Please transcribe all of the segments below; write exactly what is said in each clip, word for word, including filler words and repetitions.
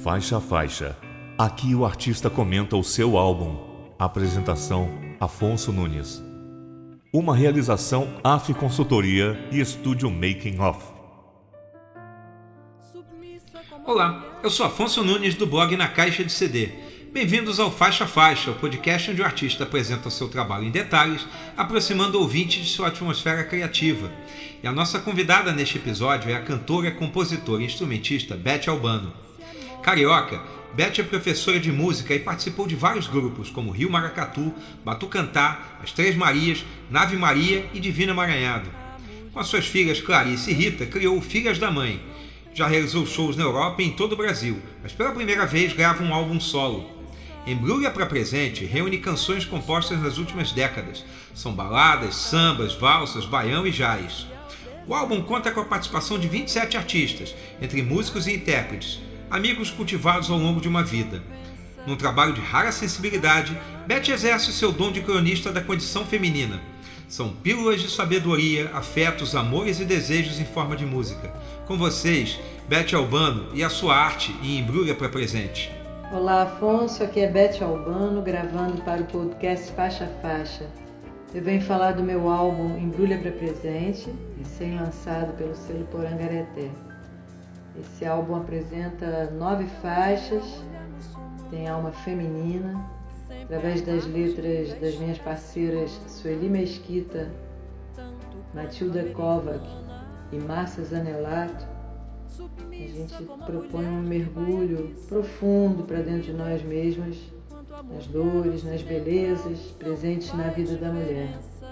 Faixa a Faixa. Aqui o artista comenta o seu álbum. Apresentação: Afonso Nunes. Uma realização A F Consultoria e Estúdio Making Off. Olá, eu sou Afonso Nunes do blog Na Caixa de C D. Bem-vindos ao Faixa a Faixa, o podcast onde o artista apresenta seu trabalho em detalhes, aproximando o ouvinte de sua atmosfera criativa. E a nossa convidada neste episódio é a cantora, compositora e instrumentista Beth Albano. Carioca, Beth é professora de música e participou de vários grupos como Rio Maracatu, Batucantá, As Três Marias, Nave Maria e Divino Emaranhado. Com as suas filhas Clarice e Rita, criou o Filhas da Mãe. Já realizou shows na Europa e em todo o Brasil, mas pela primeira vez grava um álbum solo. Embrulha para Presente reúne canções compostas nas últimas décadas. São baladas, sambas, valsas, baião e jazz. O álbum conta com a participação de vinte e sete artistas, entre músicos e intérpretes, amigos cultivados ao longo de uma vida. Num trabalho de rara sensibilidade, Beth exerce seu dom de cronista da condição feminina. São pílulas de sabedoria, afetos, amores e desejos em forma de música. Com vocês, Beth Albano e a sua arte em Embrulha para Presente. Olá, Afonso, aqui é Beth Albano, gravando para o podcast Faixa a Faixa. Eu venho falar do meu álbum Embrulha para Presente, recém-lançado pelo selo Porangareté. Esse álbum apresenta nove faixas, tem alma feminina, através das letras das minhas parceiras Sueli Mesquita, Matilda Kovac e Márcia Zanelato. A gente propõe um mergulho profundo para dentro de nós mesmas, nas dores, nas belezas presentes na vida da mulher.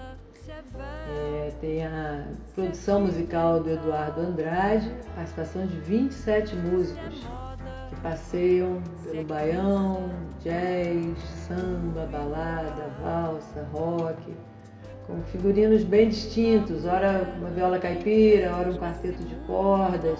É, tem a produção musical do Eduardo Andrade, participação de vinte e sete músicos que passeiam pelo baião, jazz, samba, balada, valsa, rock, com figurinos bem distintos, ora uma viola caipira, ora um quarteto de cordas.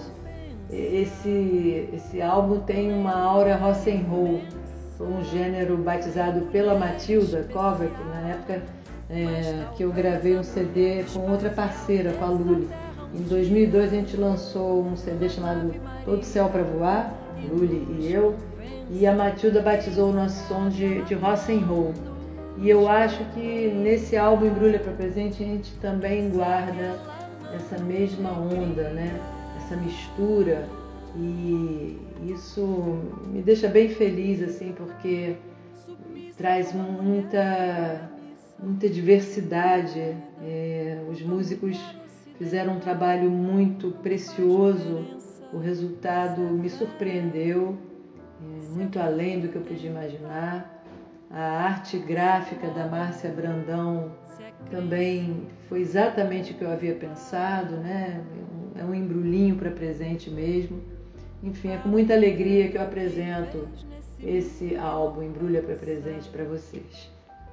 Esse, esse álbum tem uma aura rock and roll, um gênero batizado pela Matilda Kovac, na época é, que eu gravei um C D com outra parceira, com a Luli. Em dois mil e dois a gente lançou um C D chamado Todo Céu para Voar, Luli e eu, e a Matilda batizou o nosso som de, de rock and roll. E eu acho que nesse álbum Embrulha para Presente a gente também guarda essa mesma onda, né? Essa mistura, e isso me deixa bem feliz, assim, porque traz muita, muita diversidade. É, os músicos fizeram um trabalho muito precioso, o resultado me surpreendeu, é, muito além do que eu podia imaginar. A arte gráfica da Márcia Brandão também foi exatamente o que eu havia pensado, né? É um embrulhinho para presente mesmo. Enfim, é com muita alegria que eu apresento esse álbum Embrulha para Presente para vocês.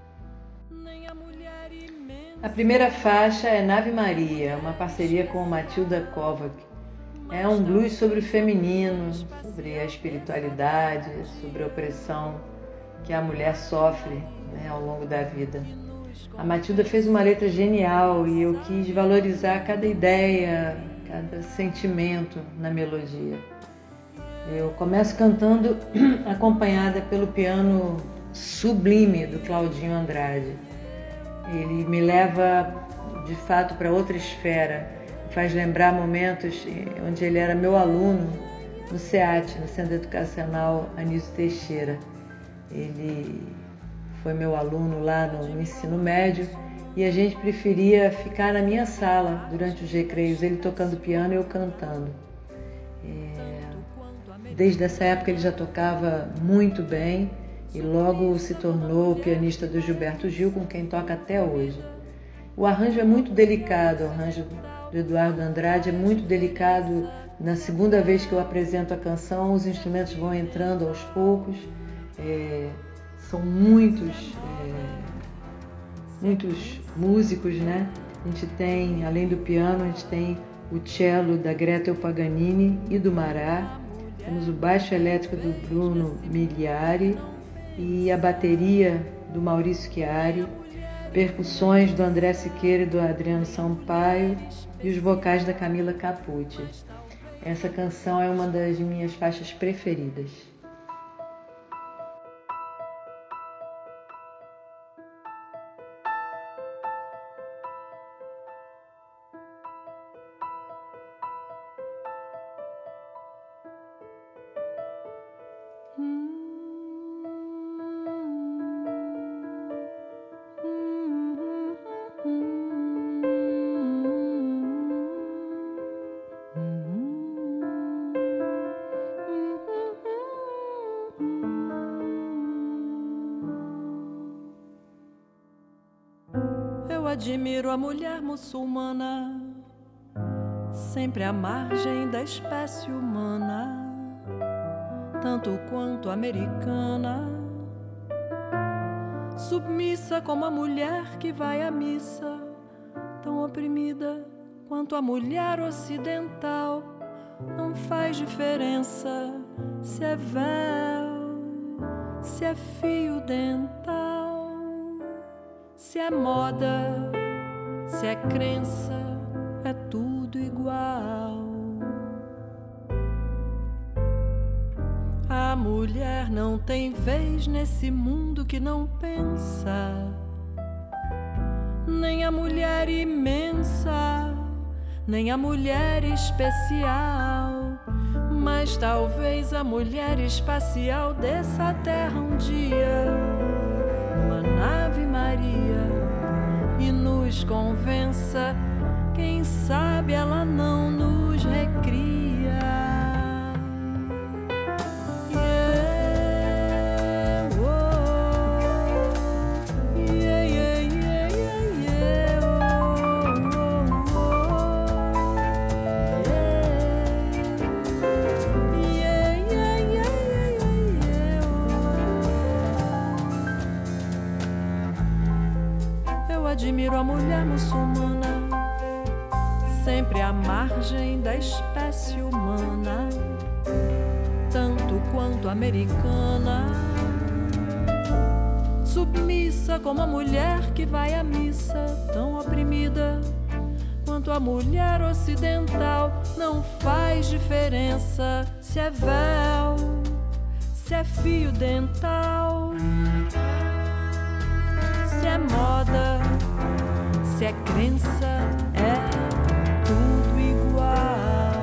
A primeira faixa é Nave Maria, uma parceria com Matilda Kovac. É um blues sobre o feminino, sobre a espiritualidade, sobre a opressão que a mulher sofre, né, ao longo da vida. A Matilda fez uma letra genial e eu quis valorizar cada ideia, cada sentimento na melodia. Eu começo cantando acompanhada pelo piano sublime do Claudinho Andrade. Ele me leva, de fato, para outra esfera, faz lembrar momentos onde ele era meu aluno no SEAT, no Centro Educacional Anísio Teixeira. Ele foi meu aluno lá no ensino médio e a gente preferia ficar na minha sala durante os recreios, ele tocando piano e eu cantando. É, desde essa época ele já tocava muito bem e logo se tornou o pianista do Gilberto Gil, com quem toca até hoje. O arranjo é muito delicado, o arranjo do Eduardo Andrade é muito delicado. Na segunda vez que eu apresento a canção, os instrumentos vão entrando aos poucos. É, são muitos, é, muitos músicos, né? A gente tem, além do piano, a gente tem o cello da Gretel Paganini e do Mará, temos o baixo elétrico do Bruno Migliari e a bateria do Maurício Chiari, percussões do André Siqueira e do Adriano Sampaio e os vocais da Camila Capucci. Essa canção é uma das minhas faixas preferidas. Eu admiro a mulher muçulmana, sempre à margem da espécie humana, tanto quanto americana, submissa como a mulher que vai à missa, tão oprimida quanto a mulher ocidental. Não faz diferença se é véu, se é fio dental, se é moda, se é crença, é tudo igual. A mulher não tem vez nesse mundo que não pensa, nem a mulher imensa, nem a mulher especial. Mas talvez a mulher espacial desça à terra um dia numa nave Maria e nos convença. Quem sabe ela não nos recria. Yeah, oh, yeah, yeah, yeah, yeah, yeah, oh, oh, oh, yeah, yeah, yeah, yeah, yeah, oh. Eu admiro a mulher muçulmana, sempre à margem da espécie humana, tanto quanto americana, submissa como a mulher que vai à missa, tão oprimida quanto a mulher ocidental. Não faz diferença se é véu, se é fio dental, se é moda, se é crença, é tudo igual.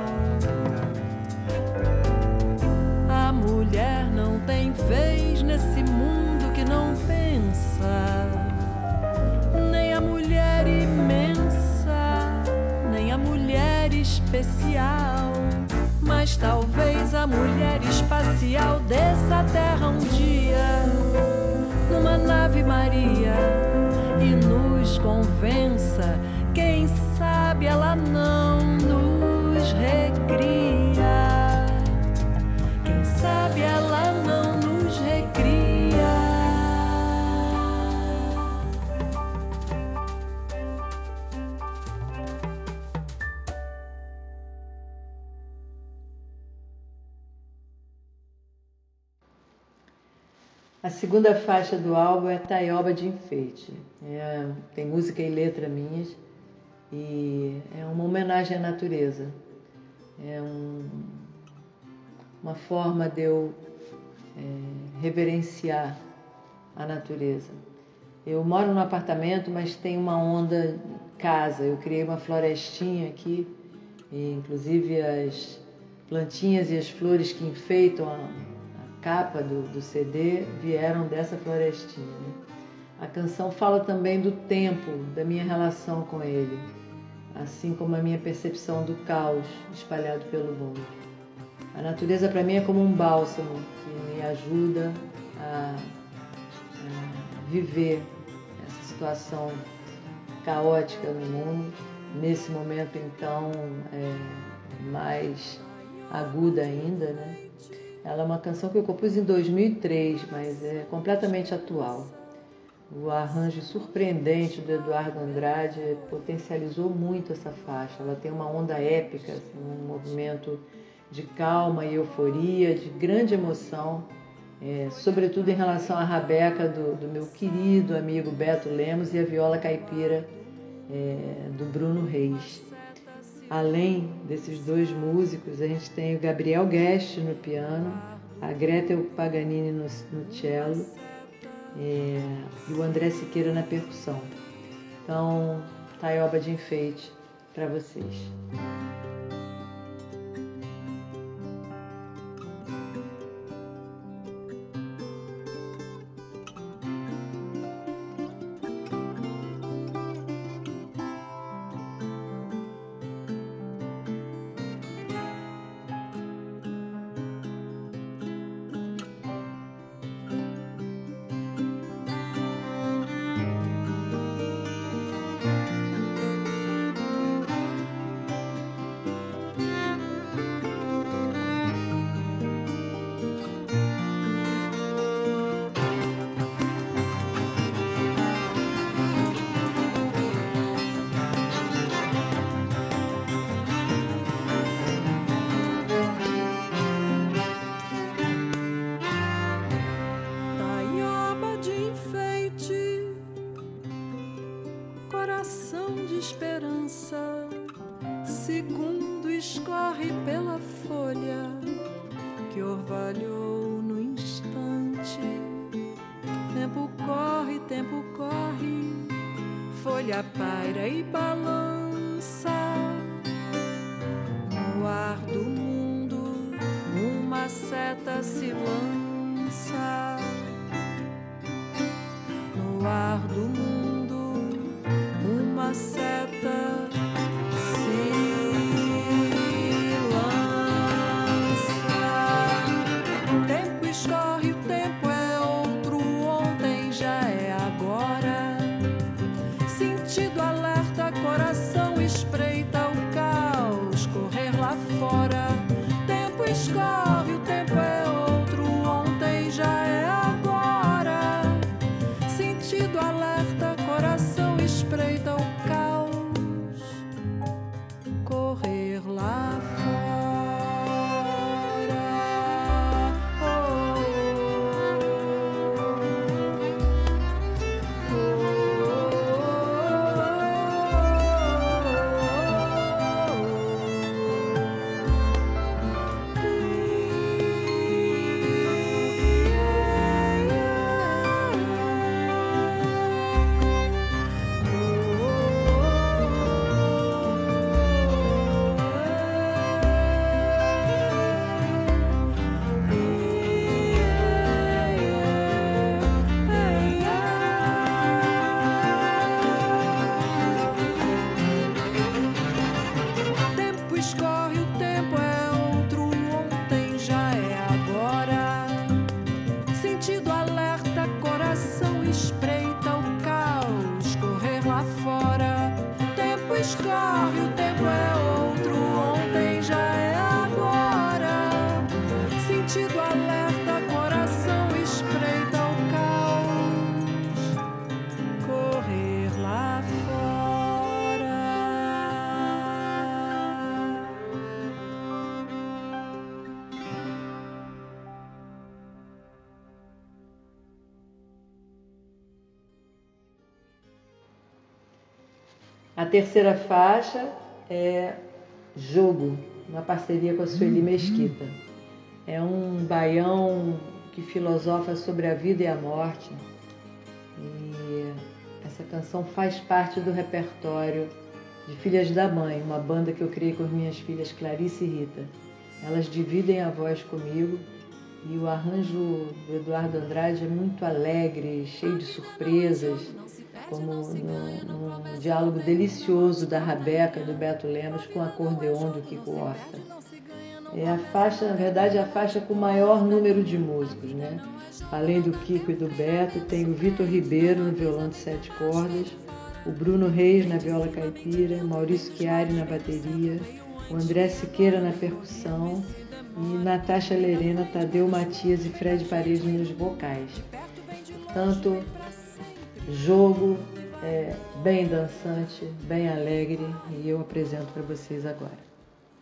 A mulher não tem vez nesse mundo que não pensa, nem a mulher imensa, nem a mulher especial. Mas talvez a mulher espacial desça à terra um dia numa nave Maria e nos convença. Quem sabe ela não nos recria. Quem sabe ela não nos recria. A segunda faixa do álbum é Taioba de Enfeite. É, tem música e letra minhas e é uma homenagem à natureza. É um, uma forma de eu é, reverenciar a natureza. Eu moro num apartamento, mas tem uma onda casa. Eu criei uma florestinha aqui, e inclusive as plantinhas e as flores que enfeitam a capa do, do C D vieram dessa florestinha, né? A canção fala também do tempo, da minha relação com ele, assim como a minha percepção do caos espalhado pelo mundo. A natureza para mim é como um bálsamo que me ajuda a, a viver essa situação caótica no mundo, nesse momento então é, mais aguda ainda, né? Ela é uma canção que eu compus em dois mil e três, mas é completamente atual. O arranjo surpreendente do Eduardo Andrade potencializou muito essa faixa. Ela tem uma onda épica, assim, um movimento de calma e euforia, de grande emoção, é, sobretudo em relação à rabeca do, do meu querido amigo Beto Lemos e a viola caipira é, do Bruno Reis. Além desses dois músicos, a gente tem o Gabriel Guest no piano, a Gretel Paganini no, no cello é, e o André Siqueira na percussão. Então, Taioba de Enfeite para vocês. segundo escorre pela folha que orvalhou no instante. Tempo corre, tempo corre, folha paira e balança. No ar do mundo, uma seta se lança. No ar do mundo, uma seta se lança. O tempo escorre, o tempo é outro, ontem já é agora. Sentido alerta, coração espreita o caos correr lá fora. Tempo escorre, o tempo é outro, ontem já é agora. Sentido alerta, coração espreita o caos correr lá fora. Escorre, o tempo é outro, ontem já é agora. Sentido alerta, coração espreita o caos correr lá fora. A terceira faixa é Jogo, uma parceria com a Sueli Mesquita. É um baião que filosofa sobre a vida e a morte. E essa canção faz parte do repertório de Filhas da Mãe, uma banda que eu criei com as minhas filhas Clarice e Rita. Elas dividem a voz comigo e o arranjo do Eduardo Andrade é muito alegre, cheio de surpresas, como no, no diálogo delicioso da Rabeca, do Beto Lemos, com o acordeon do Kiko Horta. É a faixa, na verdade, a faixa com o maior número de músicos, né? Além do Kiko e do Beto, tem o Vitor Ribeiro no violão de sete cordas, o Bruno Reis na viola caipira, Maurício Chiari na bateria, o André Siqueira na percussão e Natasha Lerena, Tadeu Matias e Fred Paredes nos vocais. Portanto, Jogo é bem dançante, bem alegre, e eu apresento para vocês agora.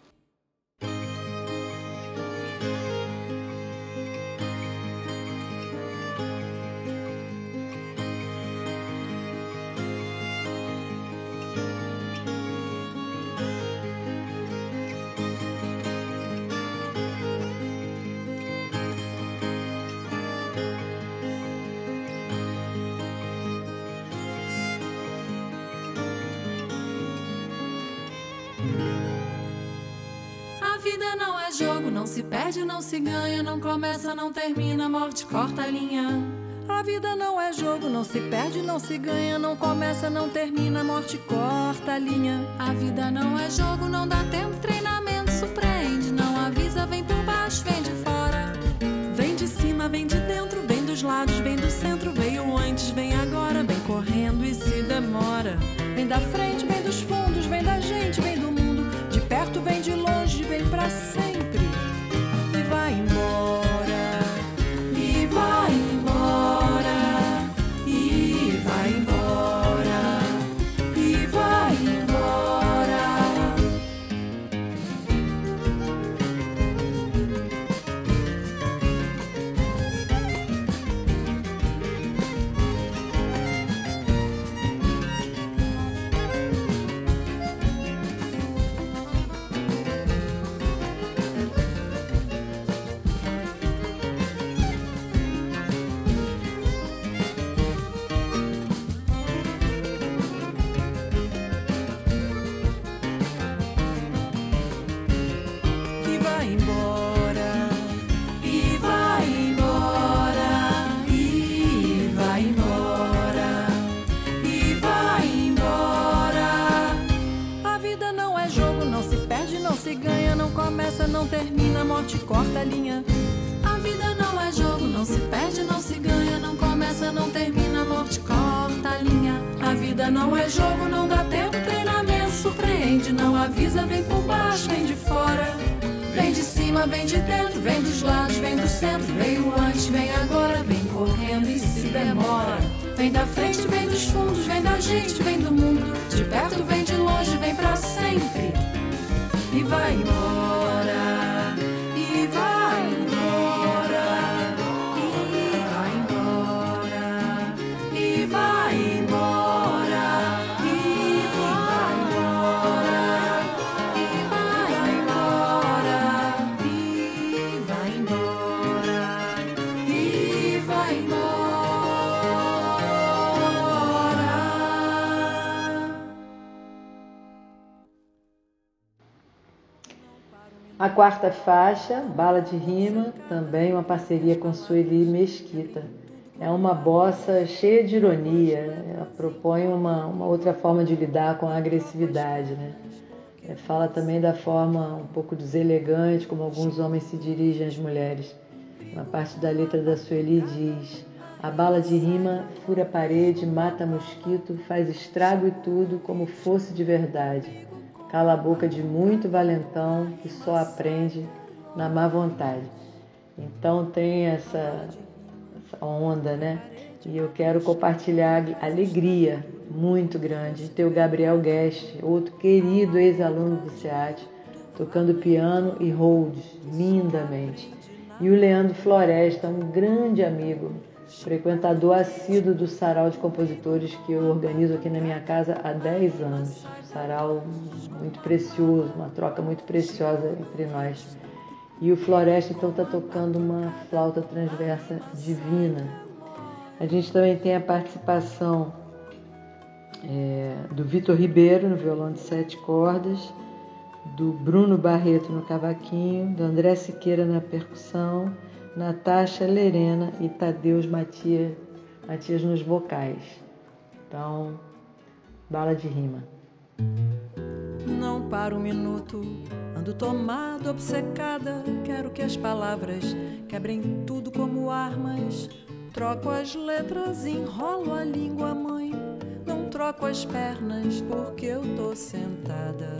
Jogo não se perde, não se ganha, não começa, não termina, a morte corta a linha. A vida não é jogo, não se perde, não se ganha, não começa, não termina, a morte corta a linha. A vida não é jogo, não dá tempo, treinamento surpreende, não avisa, vem por baixo, vem de fora. Vem de cima, vem de dentro, vem dos lados, vem do centro, veio antes, vem agora, vem correndo e se demora. Vem da frente, vem dos fundos, vem da gente, vem do mundo, de perto, vem de longe, vem pra sempre. E vai embora, e vai embora, e vai embora, e vai embora. vai embora, e vai embora, e vai embora, e vai embora. A vida não é jogo, não se perde, não se ganha, não começa, não termina, a morte corta a linha. A vida não é jogo, não se perde, não se ganha, não começa, não termina, a morte corta a linha. A vida não é jogo, não dá tempo, treinamento surpreende, não avisa, vem por baixo, vem de fora, vem de cima, vem de dentro, vem dos lados, vem do centro, veio antes, vem agora, vem correndo e se demora. Vem da frente, vem dos fundos, vem da gente, vem do mundo, de perto, vem de longe, vem pra sempre e vai embora, e vai embora, e vai embora, e vai embora, e vai embora, e vai embora, e vai embora, e vai embora. A quarta faixa, Bala de Rima, também uma parceria com Sueli Mesquita. É uma bossa cheia de ironia, ela propõe uma, uma outra forma de lidar com a agressividade, né? É, fala também da forma um pouco deselegante como alguns homens se dirigem às mulheres. Uma parte da letra da Sueli diz: a bala de rima fura a parede, mata mosquito, faz estrago e tudo como fosse de verdade. Cala a boca de muito valentão que só aprende na má vontade. Então tem essa, essa onda, né? E eu quero compartilhar a alegria muito grande de ter o Gabriel Guest, outro querido ex-aluno do SEAT, tocando piano e holds lindamente. E o Leandro Floresta, um grande amigo, frequentador assíduo do sarau de compositores que eu organizo aqui na minha casa há dez anos. Sarau muito precioso, uma troca muito preciosa entre nós. E o Floresta então está tocando uma flauta transversa divina. A gente também tem a participação é, do Vitor Ribeiro no violão de sete cordas, do Bruno Barreto no cavaquinho, do André Siqueira na percussão, Natasha Lerena e Tadeus Matias, Matias nos vocais. Então, bala de rima. Não paro um minuto, ando tomada, obcecada, quero que as palavras quebrem tudo como armas. Troco as letras, enrolo a língua mãe, não troco as pernas porque eu tô sentada.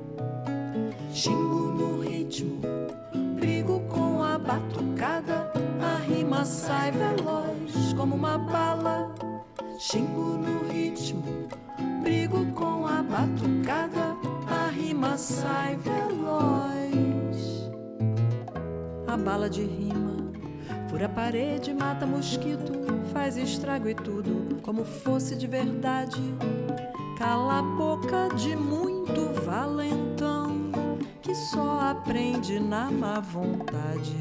Xingo no ritmo, brigo com a batucada, a rima sai veloz como uma bala. Xingo no ritmo, brigo com a batucada, a rima sai veloz. A bala de rima fura a parede, mata mosquito, faz estrago e tudo como fosse de verdade. Cala a boca de muito valentão que só aprende na má vontade.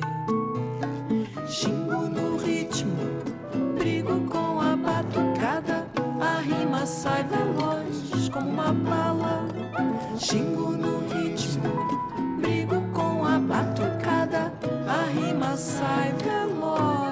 Xingo no ritmo, brigo com a batucada, a rima sai veloz como uma bala. Xingo no ritmo, brigo com a batucada, a rima sai veloz.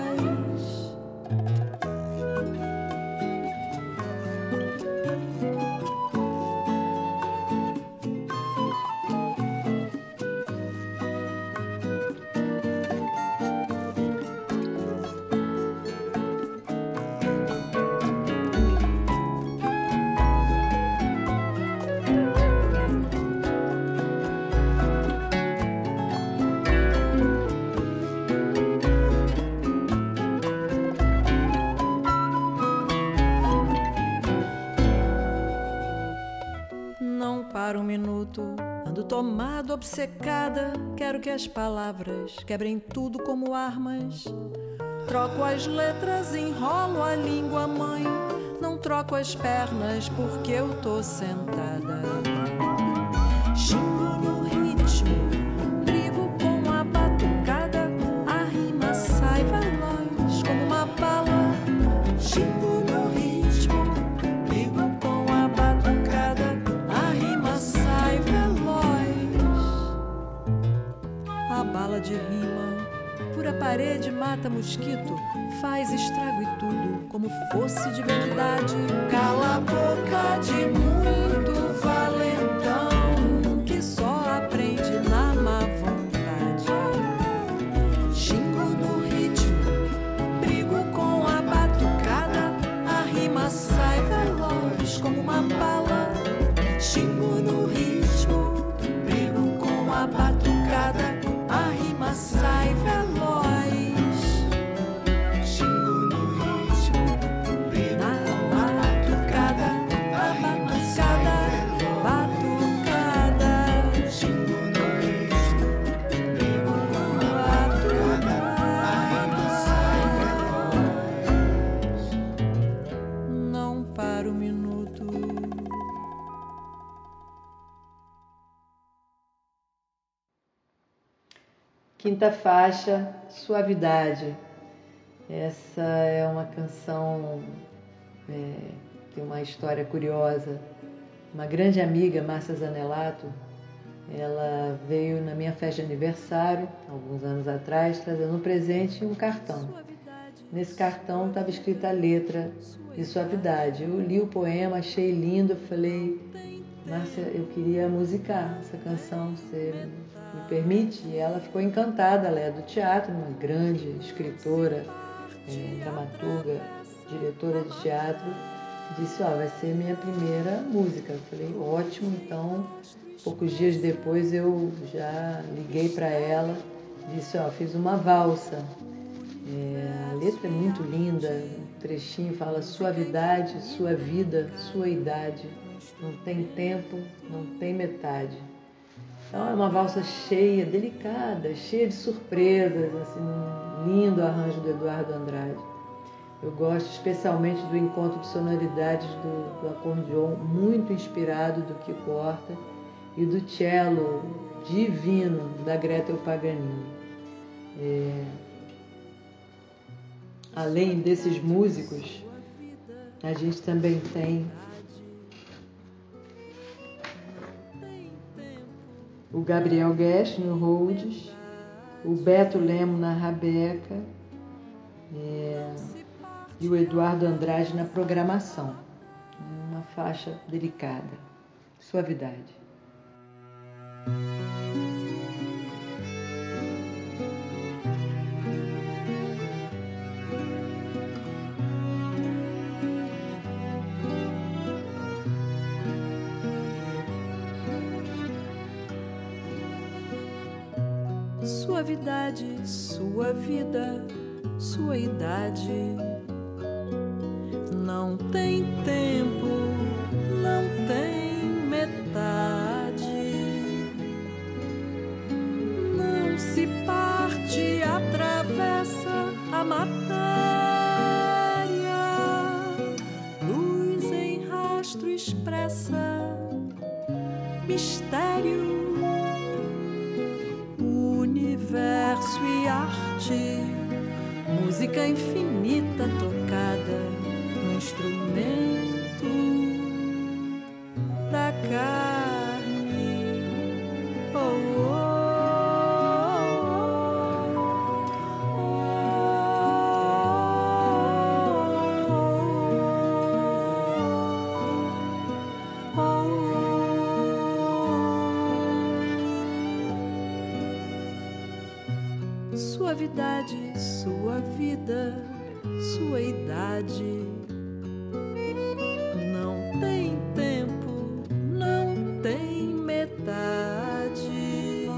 Para um minuto, ando tomada, obcecada, quero que as palavras quebrem tudo como armas. Troco as letras, enrolo a língua mãe, não troco as pernas porque eu tô sentada. Xingo no ritmo, brigo com a batucada, a rima sai veloz como uma bala. Xingo no ritmo, brigo com a batucada, a rima sai veloz. bala de rima. Fura parede, mata mosquito, faz estrago e tudo, como fosse de verdade. Cala a boca de muito valentão, que só aprende na má vontade. Xingo no ritmo, brigo com a batucada, a rima sai veloz como uma bala. Xingo no ritmo, brigo com a batucada, a rima sai veloz. Xingo no ritmo, brigo com a batucada, a rima sai batucada. Xingo no ritmo, brigo com a batucada, a rima sai veloz. Não para um minuto. Quinta faixa, Suavidade. Essa é uma canção, é, tem uma história curiosa. Uma grande amiga, Márcia Zanelato, ela veio na minha festa de aniversário, alguns anos atrás, trazendo um presente e um cartão. Nesse cartão estava escrita a letra de Suavidade. Eu li o poema, achei lindo, falei, Márcia, eu queria musicar essa canção, você me permite? E ela ficou encantada, ela é do teatro, uma grande escritora, é, dramaturga, diretora de teatro. Disse, ó, vai ser minha primeira música. Eu falei, ótimo. Então, poucos dias depois eu já liguei para ela, disse, ó, fiz uma valsa. É, a letra é muito linda, um trechinho fala suavidade, sua vida, sua idade. Não tem tempo, não tem metade. Então é uma valsa cheia, delicada, cheia de surpresas, assim, um lindo arranjo do Eduardo Andrade. Eu gosto especialmente do encontro de sonoridades do, do acordeon, muito inspirado do Kiko Horta, e do cello divino da Gretel Paganini. É... Além desses músicos, a gente também tem o Gabriel Guest no Rhodes, o Beto Lemo na rabeca, é, e o Eduardo Andrade na programação. Uma faixa delicada, Suavidade. Suavidade, sua vida, sua idade. Não tem tempo, não tem metade. Não se parte, atravessa a matéria. Luz em rastro expressa mistério. Universo e arte, música infinita tocada no instrumento da carne. Oh, oh, oh, oh, oh. Suavidade, sua vida, sua idade. Não tem tempo, não tem metade.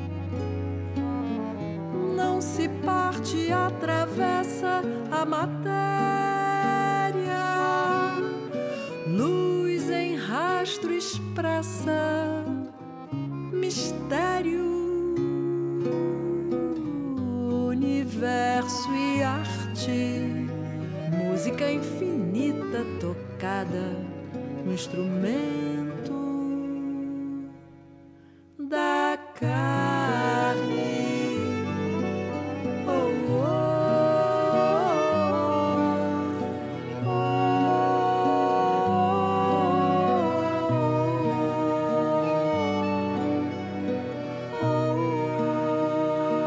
Não se parte, atravessa a matéria. Luz em rastro expressa mistério. Universo e arte, música infinita tocada no instrumento da carne. Oh, oh, oh, oh, oh, oh.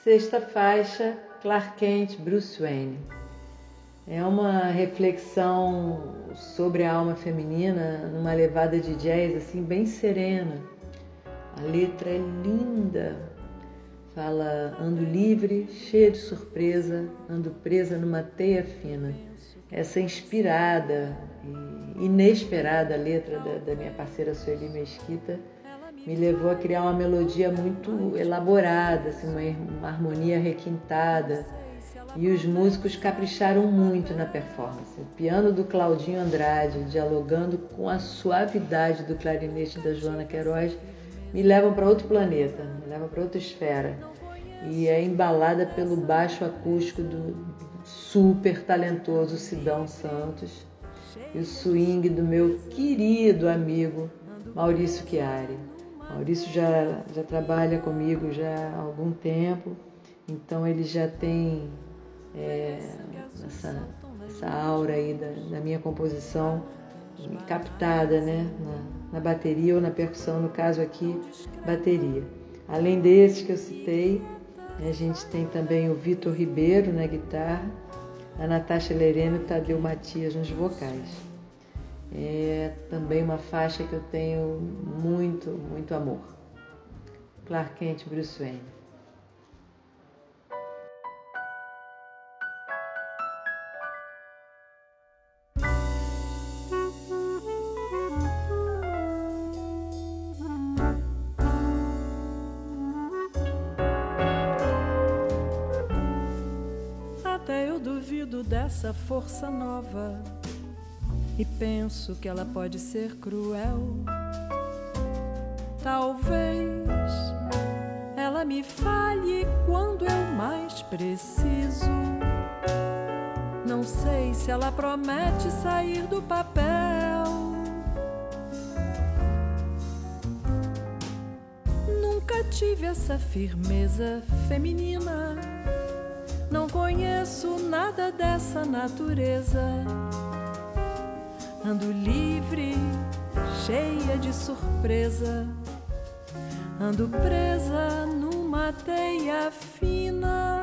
Sexta faixa, Clark Kent, Bruce Wayne. É uma reflexão sobre a alma feminina numa levada de jazz assim bem serena. A letra é linda. Fala, ando livre, cheia de surpresa, ando presa numa teia fina. Essa inspirada e inesperada letra da, da minha parceira Sueli Mesquita me levou a criar uma melodia muito elaborada, assim, uma, uma harmonia requintada. E os músicos capricharam muito na performance. O piano do Claudinho Andrade, dialogando com a suavidade do clarinete da Joana Queiroz, me levam para outro planeta, me levam para outra esfera. E é embalada pelo baixo acústico do super talentoso Sidão Santos e o swing do meu querido amigo Maurício Chiari. Maurício já, já trabalha comigo já há algum tempo, então ele já tem é, essa, essa aura aí da, da minha composição captada, né, na, na bateria ou na percussão, no caso aqui, bateria. Além desses que eu citei, a gente tem também o Vitor Ribeiro na guitarra, a Natasha Lereno e o Tadeu Matias nos vocais. É também uma faixa que eu tenho muito, muito amor. Clark Kent, Bruce Wayne. Até eu duvido dessa força nova e penso que ela pode ser cruel. Talvez ela me falhe quando eu mais preciso. Não sei se ela promete sair do papel. Nunca tive essa firmeza feminina. Não conheço nada dessa natureza. Ando livre, cheia de surpresa. Ando presa numa teia fina.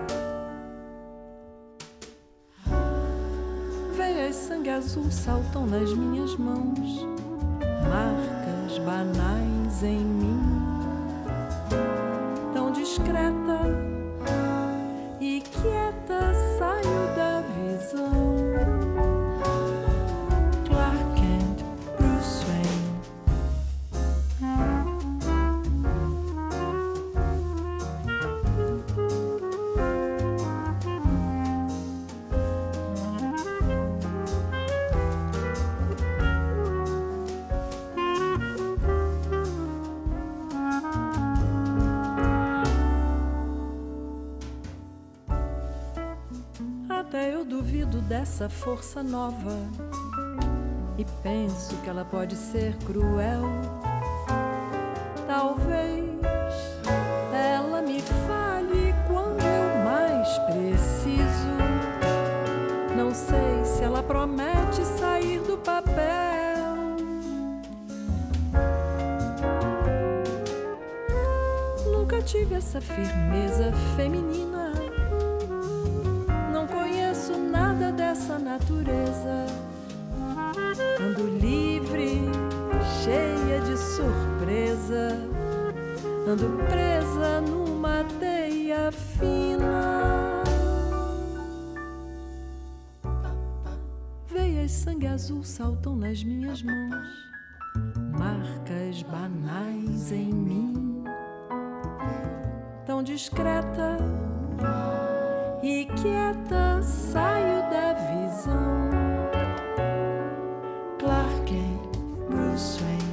Veias sangue azul saltam nas minhas mãos. Marcas banais em mim. Tão discreta e quieta saio da visão. Clark Kent, Bruce Wayne. Até eu duvido dessa força nova e penso que ela pode ser cruel. Talvez ela me fale quando eu mais preciso. Não sei se ela promete sair do papel. Nunca tive essa firmeza feminina. Nada dessa natureza. Ando livre, cheia de surpresa. Ando presa numa teia fina. Veias sangue azul saltam nas minhas mãos. Marcas banais em mim. Tão discreta e quieta saio da visão. Clark Kent, Bruce Wayne.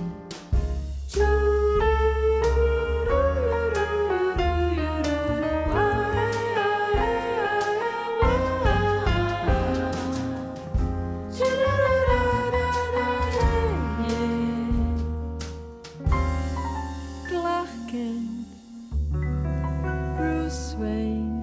Clark Kent, Bruce Wayne.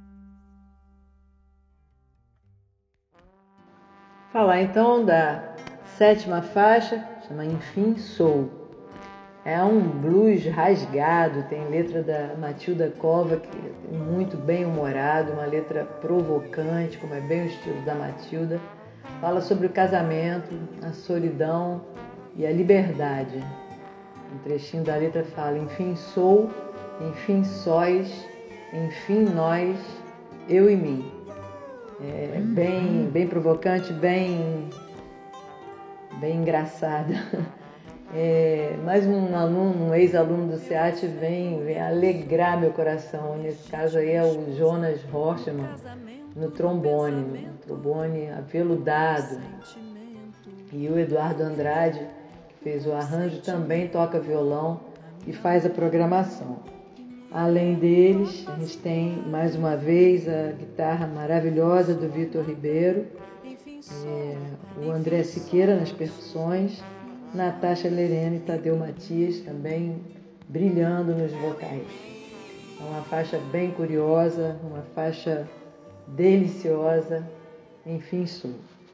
Falar então da sétima faixa chama Enfim Sou. É um blues rasgado, tem letra da Matilda Cova, que é muito bem humorado, uma letra provocante, como é bem o estilo da Matilda. Fala sobre o casamento, a solidão e a liberdade. Um trechinho da letra fala: enfim sou, enfim sóis, enfim nós, eu e mim. É bem, bem provocante, bem, bem engraçada. É, mais um aluno, um ex-aluno do SEAT vem, vem alegrar meu coração. Nesse caso aí é o Jonas Horstmann, no trombone, no trombone aveludado. E o Eduardo Andrade, que fez o arranjo, também toca violão e faz a programação. Além deles, a gente tem mais uma vez a guitarra maravilhosa do Vitor Ribeiro, é, o André Siqueira nas percussões, Natasha Lerena e Tadeu Matias também brilhando nos vocais. É uma faixa bem curiosa, uma faixa deliciosa, enfim sou.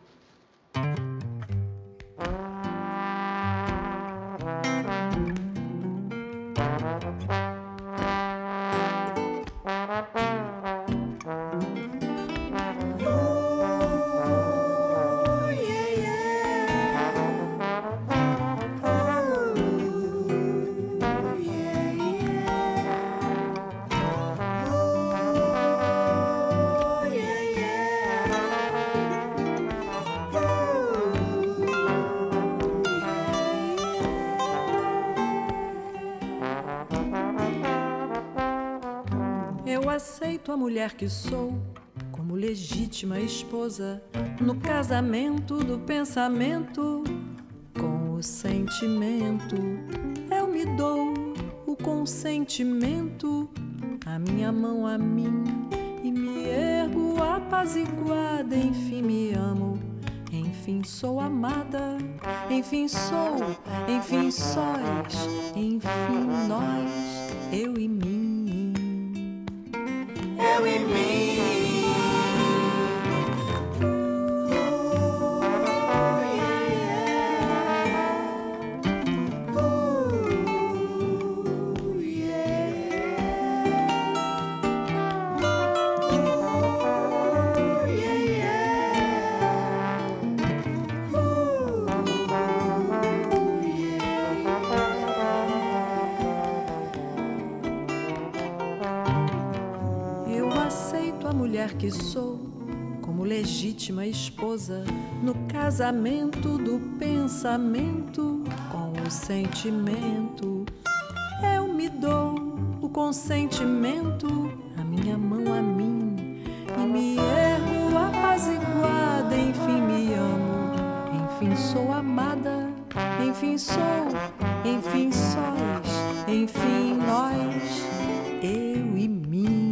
Aceito a mulher que sou como legítima esposa no casamento do pensamento com o sentimento. Eu me dou o consentimento, a minha mão a mim, e me ergo apaziguada. Enfim me amo, enfim sou amada, enfim sou, enfim sós, enfim nós, eu e mim. Eu e mim. Que sou como legítima esposa no casamento do pensamento com o sentimento. Eu me dou o consentimento, a minha mão a mim, e me ergo apaziguada. Enfim me amo, enfim sou amada, enfim sou, enfim sós, enfim nós, eu e mim.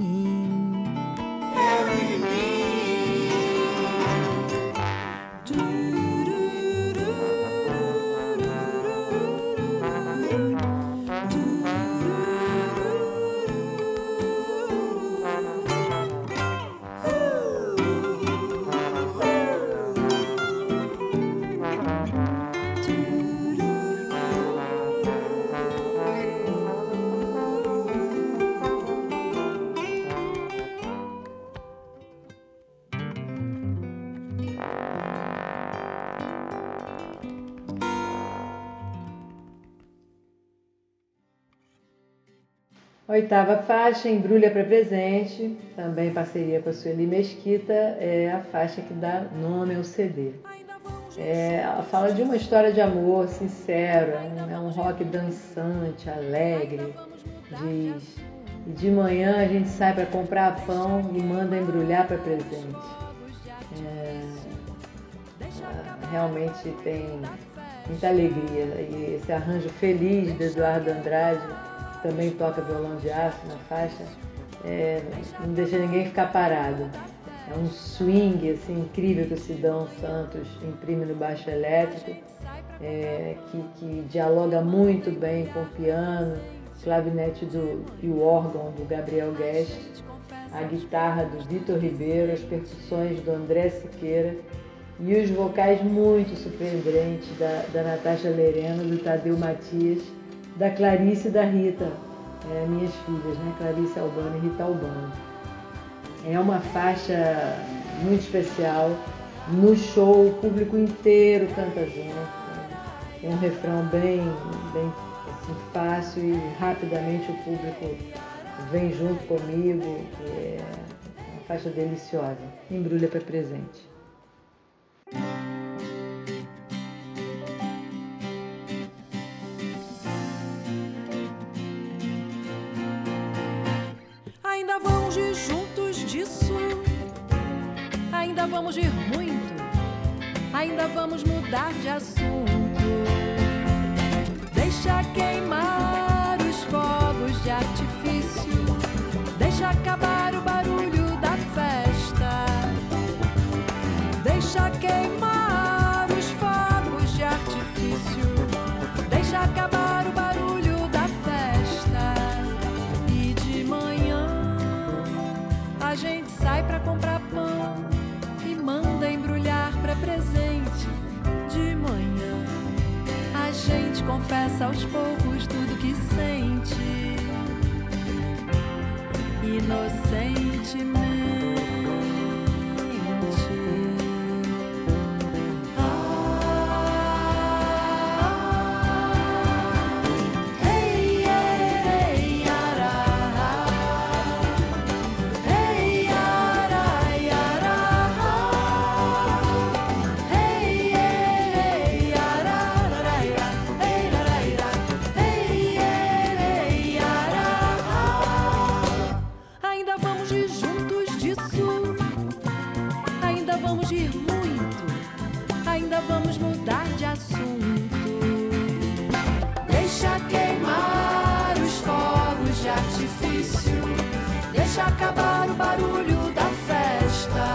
Oitava faixa, Embrulha para Presente, também em parceria com a Sueli Mesquita, é a faixa que dá nome ao C D. É, ela fala de uma história de amor sincero, é um rock dançante, alegre. Diz: e de manhã a gente sai para comprar pão e manda embrulhar para presente. É, realmente tem muita alegria. E esse arranjo feliz do Eduardo Andrade, também toca violão de aço na faixa, é, não deixa ninguém ficar parado. É um swing assim, incrível que o Sidão Santos imprime no baixo elétrico, é, que, que dialoga muito bem com o piano, o clavinete do, e o órgão do Gabriel Guest, a guitarra do Vitor Ribeiro, as percussões do André Siqueira E os vocais muito surpreendentes da, da Natasha Lerena, do Tadeu Matias, da Clarice e da Rita, é, minhas filhas, né? Clarice Albano e Rita Albano. É uma faixa muito especial. No show, o público inteiro canta junto. É um refrão bem, bem assim, fácil e rapidamente o público vem junto comigo. É uma faixa deliciosa. Embrulha para presente. Ainda vamos ir juntos disso, ainda vamos ir muito, ainda vamos mudar de assunto. Deixa queimar os fogos de artifício, deixa acabar o barulho da festa. Deixa queimar os fogos de artifício, deixa acabar o barulho da festa. E de manhã a gente sai pra comprar pão e manda embrulhar pra presente. De manhã a gente confessa aos poucos tudo que sente, inocentemente. Deixa acabar o barulho da festa.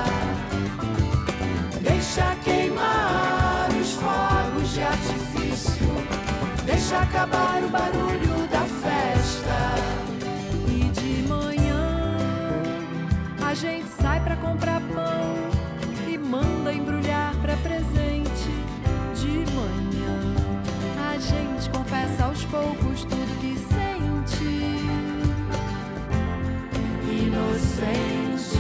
Deixa queimar os fogos de artifício. Deixa acabar o barulho da festa. E de manhã a gente sai pra comprar pão e manda embrulhar pra presente. De manhã a gente confessa aos poucos tudo que sente, inocentemente.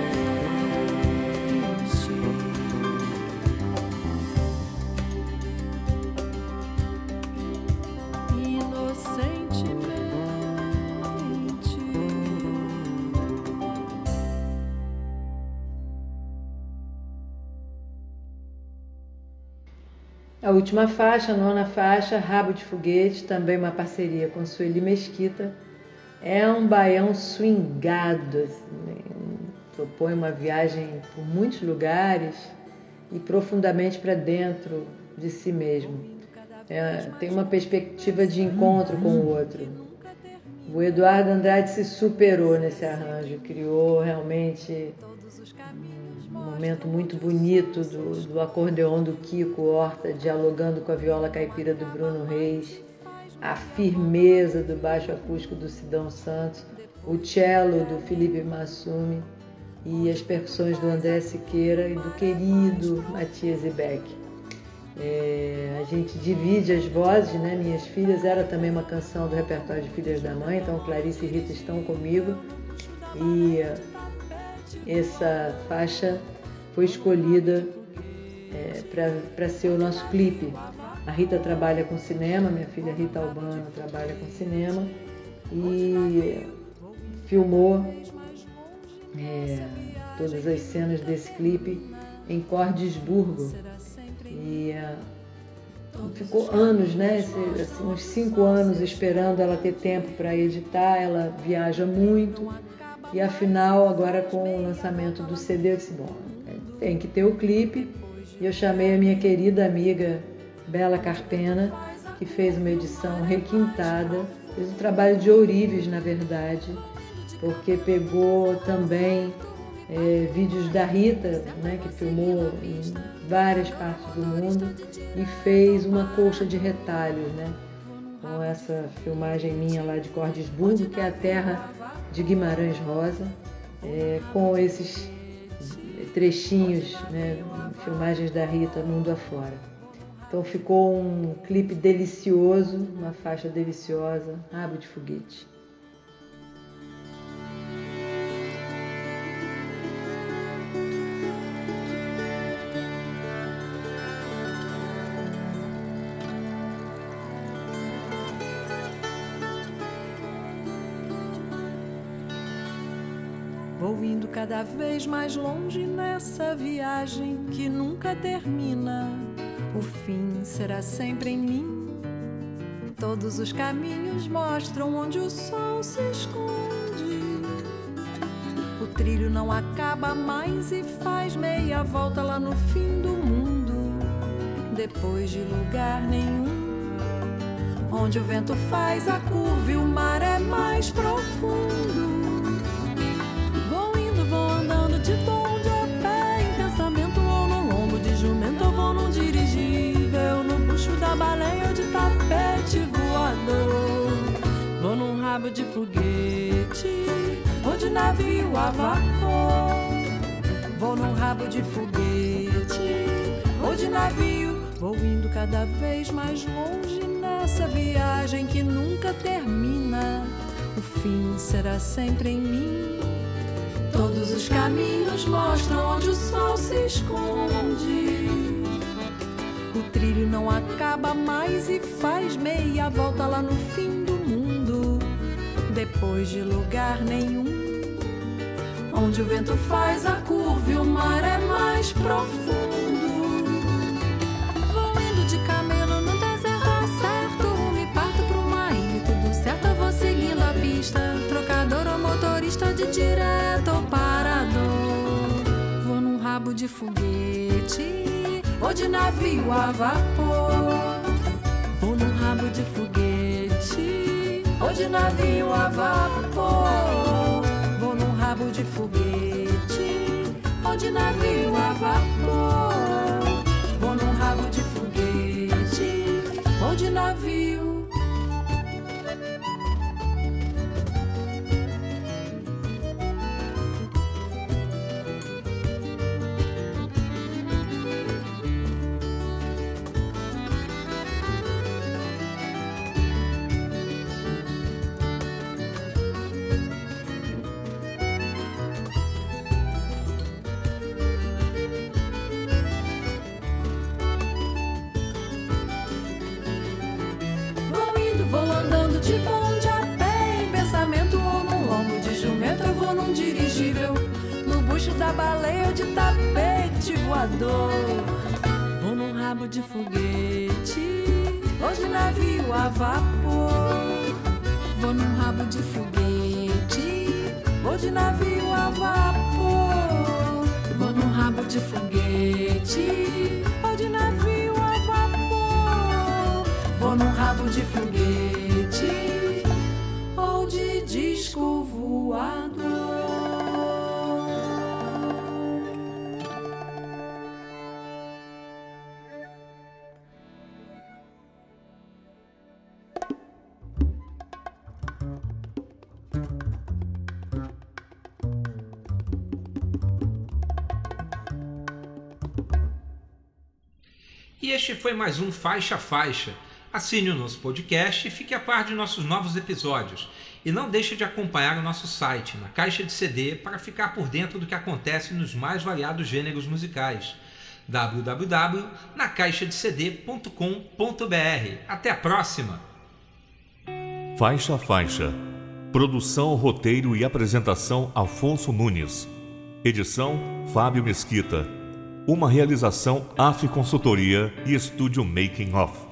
Inocentemente. A última faixa, a nona faixa, Rabo de Foguete, também uma parceria com Sueli Mesquita. É um baião swingado, assim, propõe uma viagem por muitos lugares e profundamente para dentro de si mesmo. É, tem uma perspectiva de encontro com o outro. O Eduardo Andrade se superou nesse arranjo, criou realmente um momento muito bonito do, do acordeon do Kiko Horta dialogando com a viola caipira do Bruno Reis, a firmeza do baixo acústico do Sidão Santos, o cello do Felipe Massumi e as percussões do André Siqueira e do querido Matias Ibeck. É, a gente divide as vozes, né? Minhas Filhas era também uma canção do repertório de Filhas da Mãe, então Clarice e Rita estão comigo e essa faixa foi escolhida é, para ser o nosso clipe. A Rita trabalha com cinema, minha filha Rita Albano trabalha com cinema e filmou é, todas as cenas desse clipe em Cordisburgo. E é, ficou anos, né? Assim, uns cinco anos esperando ela ter tempo para editar. Ela viaja muito e afinal agora com o lançamento do C D eu disse, bom, tem que ter o clipe. E eu chamei a minha querida amiga Bela Carpena, que fez uma edição requintada, fez um trabalho de ourives, na verdade, porque pegou também é, vídeos da Rita, né, que filmou em várias partes do mundo, e fez uma colcha de retalhos, né, com essa filmagem minha lá de Cordisburgo, que é a terra de Guimarães Rosa, é, com esses trechinhos, né, filmagens da Rita mundo afora. Então ficou um clipe delicioso, uma faixa deliciosa, Rabo de Foguete. Vou indo cada vez mais longe nessa viagem que nunca termina. O fim será sempre em mim. Todos os caminhos mostram onde o sol se esconde. O trilho não acaba mais e faz meia volta lá no fim do mundo. Depois de lugar nenhum, onde o vento faz a curva e o mar é mais profundo. De bonde a pé, em pensamento ou no lombo de jumento, eu vou num dirigível, no bucho da baleia ou de tapete voador. Vou num rabo de foguete ou de navio a vapor. Vou num rabo de foguete ou de navio. Vou indo cada vez mais longe nessa viagem que nunca termina. O fim será sempre em mim. Todos os caminhos mostram onde o sol se esconde. O trilho não acaba mais e faz meia volta lá no fim do mundo. Depois de lugar nenhum, onde o vento faz a curva e o mar é mais profundo. Vou indo de camelo no deserto ao certo, rumo e parto pra uma ilha, tudo certo, eu vou seguindo a pista. Trocador ou motorista de direto ou parador. Vou num rabo de foguete ou de navio a vapor. Vou num rabo de foguete ou de navio a vapor. Vou num rabo de foguete ou de navio a vapor. Vou num rabo de foguete ou de navio. Da baleia ou de tapete voador. Vou num rabo de foguete ou de navio a vapor. Vou num rabo de foguete ou de navio a vapor. Vou num rabo de foguete ou de navio a vapor. Vou num rabo de foguete ou de disco voador. E este foi mais um Faixa Faixa. Assine o nosso podcast e fique a par de nossos novos episódios. E não deixe de acompanhar o nosso site, na Caixa de C D, para ficar por dentro do que acontece nos mais variados gêneros musicais. w w w ponto na caixa de c d ponto com ponto b r. Até a próxima! Faixa Faixa. Produção, roteiro e apresentação Afonso Nunes. Edição Fábio Mesquita. Uma realização A F Consultoria e Estúdio Making Off.